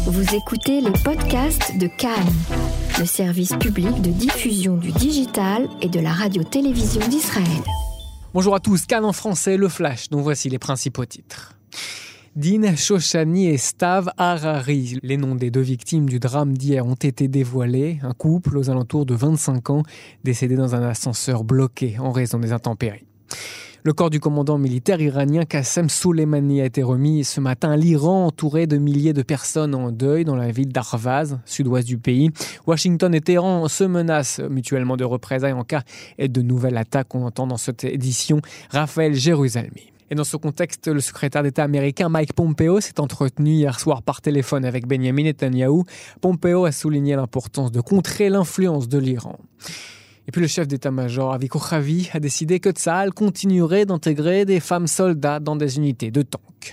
Vous écoutez les podcasts de Cannes, le service public de diffusion du digital et de la radio-télévision d'Israël. Bonjour à tous, Cannes en français, le flash, dont voici les principaux titres. Dean Shoshani et Stav Harari, les noms des deux victimes du drame d'hier ont été dévoilés. Un couple aux alentours de 25 ans, décédé dans un ascenseur bloqué en raison des intempéries. Le corps du commandant militaire iranien Qassem Soleimani a été remis ce matin à l'Iran, entouré de milliers de personnes en deuil dans la ville d'Arvaz, sud-ouest du pays. Washington et Téhéran se menacent mutuellement de représailles en cas de nouvelles attaques. On entend dans cette édition Raphaël Jérusalemi. Et dans ce contexte, le secrétaire d'État américain Mike Pompeo s'est entretenu hier soir par téléphone avec Benjamin Netanyahou. Pompeo a souligné l'importance de contrer l'influence de l'Iran. Et puis le chef d'état-major Avi Kochavi a décidé que Tsahal continuerait d'intégrer des femmes soldats dans des unités de tanks.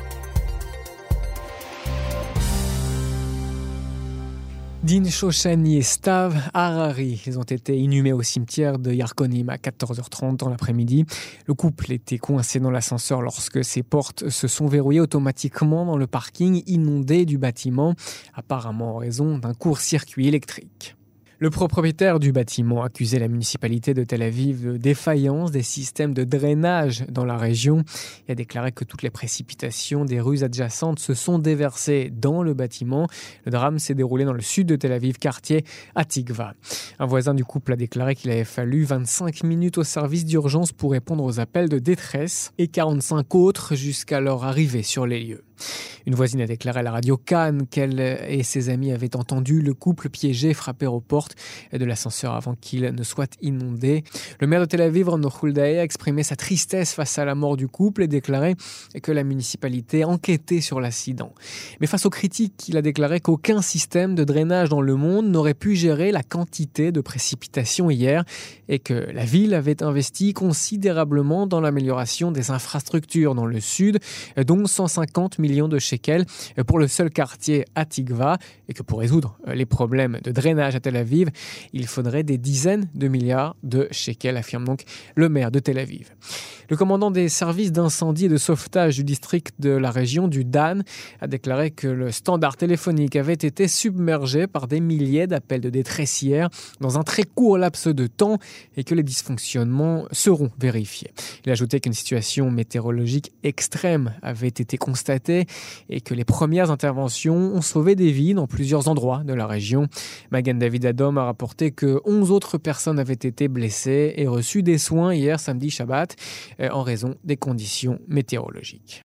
Dean Shoshani et Stav Harari, ils ont été inhumés au cimetière de Yarkonim à 14h30 dans l'après-midi. Le couple était coincé dans l'ascenseur lorsque ses portes se sont verrouillées automatiquement dans le parking inondé du bâtiment, apparemment en raison d'un court-circuit électrique. Le propriétaire du bâtiment accusait la municipalité de Tel Aviv de défaillance des systèmes de drainage dans la région et a déclaré que toutes les précipitations des rues adjacentes se sont déversées dans le bâtiment. Le drame s'est déroulé dans le sud de Tel Aviv, quartier Atikva. Un voisin du couple a déclaré qu'il avait fallu 25 minutes au service d'urgence pour répondre aux appels de détresse et 45 autres jusqu'à leur arrivée sur les lieux. Une voisine a déclaré à la radio Cannes qu'elle et ses amis avaient entendu le couple piégé frapper aux portes de l'ascenseur avant qu'il ne soit inondé. Le maire de Tel Aviv, Ron Huldae, a exprimé sa tristesse face à la mort du couple et déclaré que la municipalité enquêtait sur l'accident. Mais face aux critiques, il a déclaré qu'aucun système de drainage dans le monde n'aurait pu gérer la quantité de précipitations hier et que la ville avait investi considérablement dans l'amélioration des infrastructures dans le sud, dont 150 millions de shekels pour le seul quartier Atikva et que pour résoudre les problèmes de drainage à Tel Aviv, il faudrait des dizaines de milliards de shekels, affirme donc le maire de Tel Aviv. Le commandant des services d'incendie et de sauvetage du district de la région du Dan a déclaré que le standard téléphonique avait été submergé par des milliers d'appels de détresse hier dans un très court laps de temps et que les dysfonctionnements seront vérifiés. Il a ajouté qu'une situation météorologique extrême avait été constatée et que les premières interventions ont sauvé des vies dans plusieurs endroits de la région. Magen David Adom a rapporté que 11 autres personnes avaient été blessées et reçu des soins hier samedi Shabbat en raison des conditions météorologiques.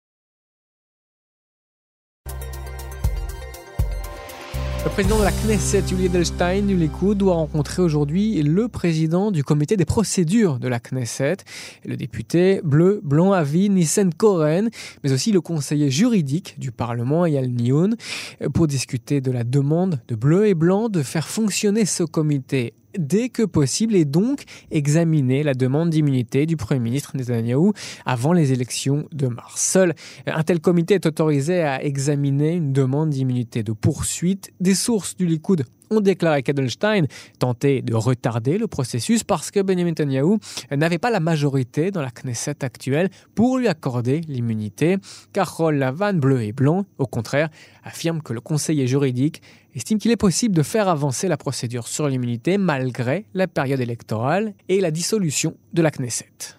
Le président de la Knesset, Yuli Edelstein, du Likoud, doit rencontrer aujourd'hui le président du comité des procédures de la Knesset, le député bleu, blanc, Avi Nissan-Koren, mais aussi le conseiller juridique du Parlement, Eyal Nioun, pour discuter de la demande de bleu et blanc de faire fonctionner ce comité dès que possible et donc examiner la demande d'immunité du Premier ministre Netanyahou avant les élections de mars. Seul un tel comité est autorisé à examiner une demande d'immunité de poursuite. Des sources du Likoud ont déclaré qu'Edelstein tentait de retarder le processus parce que Benjamin Netanyahou n'avait pas la majorité dans la Knesset actuelle pour lui accorder l'immunité. Kahol Lavan, bleu et blanc, au contraire, affirme que le conseiller juridique estime qu'il est possible de faire avancer la procédure sur l'immunité malgré la période électorale et la dissolution de la Knesset.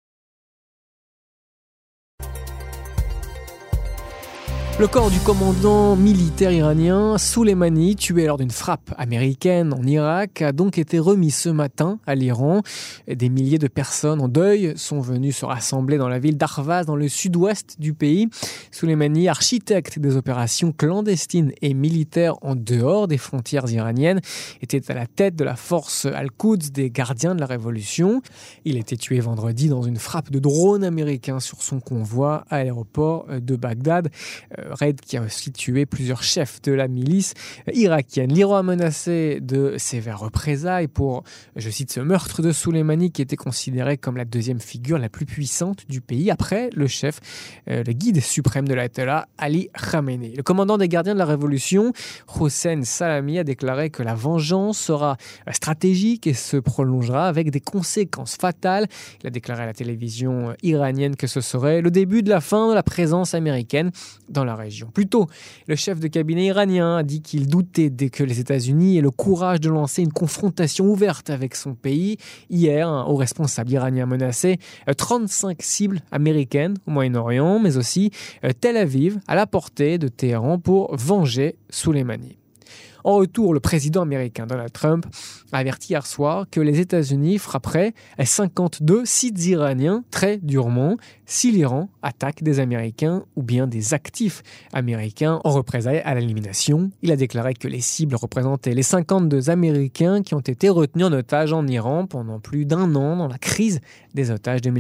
Le corps du commandant militaire iranien Soleimani, tué lors d'une frappe américaine en Irak, a donc été remis ce matin à l'Iran. Des milliers de personnes en deuil sont venues se rassembler dans la ville d'Arvaz, dans le sud-ouest du pays. Soleimani, architecte des opérations clandestines et militaires en dehors des frontières iraniennes, était à la tête de la force Al-Quds des gardiens de la révolution. Il a été tué vendredi dans une frappe de drone américain sur son convoi à l'aéroport de Bagdad. Raid qui a aussi tué plusieurs chefs de la milice irakienne. L'Iran a menacé de sévères représailles pour, je cite, ce meurtre de Soleimani qui était considéré comme la deuxième figure la plus puissante du pays après le chef, le guide suprême de l'Ayatollah Ali Khamenei. Le commandant des gardiens de la révolution, Hossein Salami, a déclaré que la vengeance sera stratégique et se prolongera avec des conséquences fatales. Il a déclaré à la télévision iranienne que ce serait le début de la fin de la présence américaine dans la la région. Plus tôt, le chef de cabinet iranien a dit qu'il doutait dès que les États-Unis aient le courage de lancer une confrontation ouverte avec son pays. Hier, un haut responsable iranien menaçait 35 cibles américaines au Moyen-Orient, mais aussi Tel Aviv à la portée de Téhéran pour venger Soleimani. En retour, le président américain Donald Trump a averti hier soir que les États-Unis frapperaient 52 sites iraniens très durement si l'Iran attaque des Américains ou bien des actifs américains en représailles à l'élimination. Il a déclaré que les cibles représentaient les 52 Américains qui ont été retenus en otage en Iran pendant plus d'un an dans la crise des otages de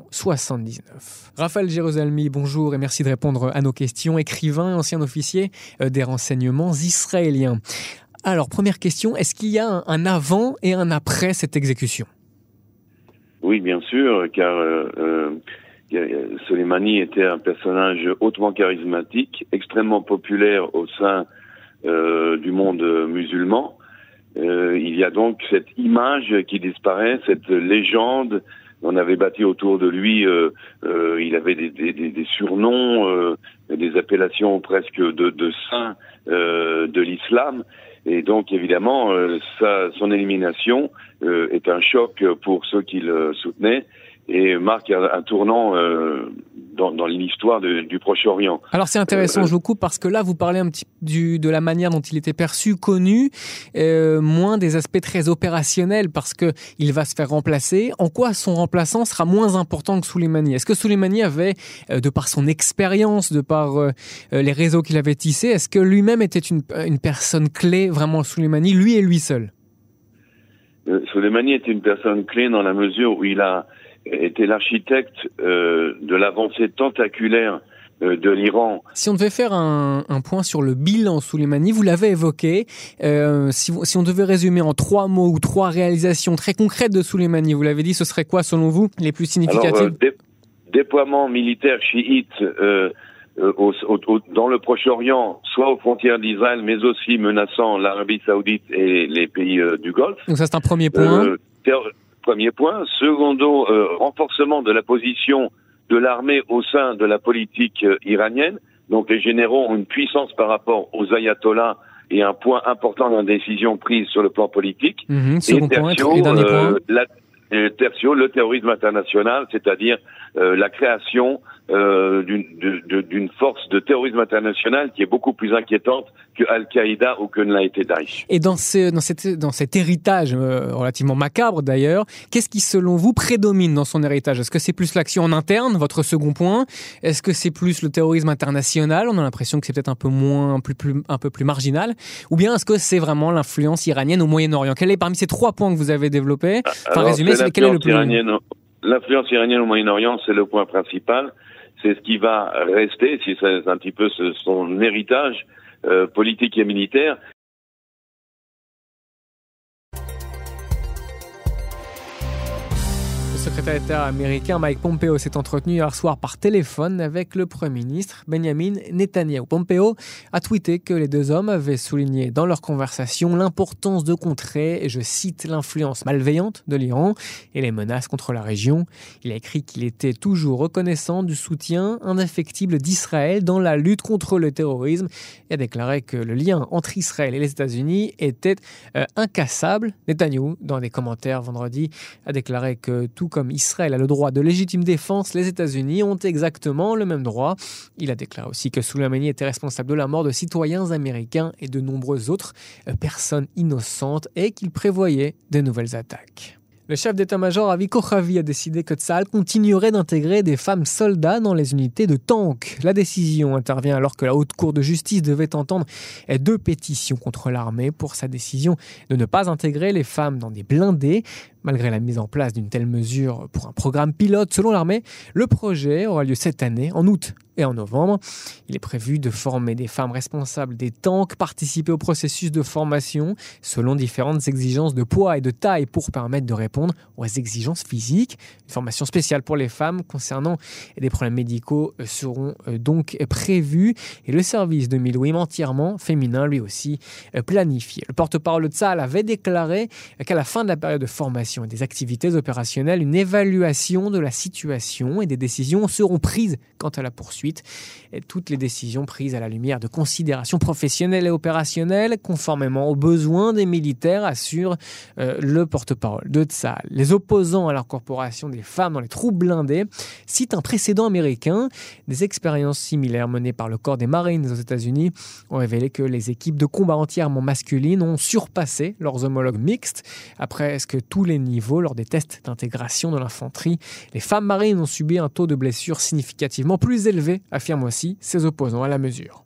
1979. Raphaël Jérusalemi, bonjour et merci de répondre à nos questions. Écrivain et ancien officier des renseignements israéliens. Alors, première question, est-ce qu'il y a un avant et un après cette exécution ? Oui, bien sûr, car Soleimani était un personnage hautement charismatique, extrêmement populaire au sein du monde musulman. Il y a donc cette image qui disparaît, cette légende. On avait bâti autour de lui, il avait des surnoms, des appellations presque de saints de l'islam. Et donc, évidemment, son élimination est un choc pour ceux qui le soutenaient et marque un tournant dans l'histoire du Proche-Orient. Alors c'est intéressant, je vous coupe, parce que là vous parlez un petit de la manière dont il était perçu, connu, moins des aspects très opérationnels, parce que il va se faire remplacer. En quoi son remplaçant sera moins important que Soleimani ? Est-ce que Soleimani avait, de par son expérience, de par les réseaux qu'il avait tissés, est-ce que lui-même était une personne clé, vraiment Soleimani, lui et lui seul ? Soleimani était une personne clé dans la mesure où il a était l'architecte de l'avancée tentaculaire de l'Iran. Si on devait faire un point sur le bilan Soleimani, vous l'avez évoqué, si on devait résumer en 3 mots ou 3 réalisations très concrètes de Soleimani, vous l'avez dit, ce serait quoi selon vous les plus significatives ? Alors, déploiement militaire chiite dans le Proche-Orient, soit aux frontières d'Israël, mais aussi menaçant l'Arabie Saoudite et les pays du Golfe. Donc ça c'est un premier point. Premier point. Secondo, renforcement de la position de l'armée au sein de la politique iranienne. Donc les généraux ont une puissance par rapport aux ayatollahs et un point important dans la décision prise sur le plan politique. Second point, et dernier point. Tertio, le terrorisme international, c'est-à-dire la création d'une force de terrorisme international qui est beaucoup plus inquiétante que Al-Qaïda ou que ne l'a été Daesh. Et dans cet héritage relativement macabre d'ailleurs, qu'est-ce qui selon vous prédomine dans son héritage ? Est-ce que c'est plus l'action en interne, votre second point ? Est-ce que c'est plus le terrorisme international ? On a l'impression que c'est peut-être un peu plus marginal. Ou bien est-ce que c'est vraiment l'influence iranienne au Moyen-Orient ? Quel est parmi ces 3 points que vous avez développés ? Enfin, résumé, quel est le plus... L'influence iranienne au Moyen-Orient, c'est le point principal. C'est ce qui va rester, si c'est un petit peu son héritage politique et militaire. Le secrétaire d'État américain Mike Pompeo s'est entretenu hier soir par téléphone avec le Premier ministre Benjamin Netanyahu. Pompeo a tweeté que les 2 hommes avaient souligné dans leur conversation l'importance de contrer, et je cite, l'influence malveillante de l'Iran et les menaces contre la région. Il a écrit qu'il était toujours reconnaissant du soutien indéfectible d'Israël dans la lutte contre le terrorisme et a déclaré que le lien entre Israël et les États-Unis était incassable. Netanyahu, dans des commentaires vendredi, a déclaré que tout comme Israël a le droit de légitime défense, les États-Unis ont exactement le même droit. Il a déclaré aussi que Soleimani était responsable de la mort de citoyens américains et de nombreuses autres personnes innocentes et qu'il prévoyait de nouvelles attaques. Le chef d'état-major Avi Kochavi a décidé que Tsahal continuerait d'intégrer des femmes soldats dans les unités de tanks. La décision intervient alors que la Haute Cour de justice devait entendre 2 pétitions contre l'armée pour sa décision de ne pas intégrer les femmes dans des blindés. Malgré la mise en place d'une telle mesure pour un programme pilote selon l'armée, le projet aura lieu cette année, en août et en novembre. Il est prévu de former des femmes responsables des tanks, participer au processus de formation selon différentes exigences de poids et de taille pour permettre de répondre aux exigences physiques. Une formation spéciale pour les femmes concernant des problèmes médicaux seront donc prévus et le service de Milouim entièrement féminin lui aussi planifié. Le porte-parole de Tsahal avait déclaré qu'à la fin de la période de formation et des activités opérationnelles, une évaluation de la situation et des décisions seront prises quant à la poursuite ensuite toutes les décisions prises à la lumière de considérations professionnelles et opérationnelles, conformément aux besoins des militaires, assure le porte-parole de Tsahal. Les opposants à l'incorporation des femmes dans les troupes blindées citent un précédent américain. Des expériences similaires menées par le corps des Marines aux États-Unis ont révélé que les équipes de combat entièrement masculines ont surpassé leurs homologues mixtes. À presque tous les niveaux, lors des tests d'intégration de l'infanterie, les femmes marines ont subi un taux de blessures significativement plus élevé, affirment aussi ses opposants à la mesure.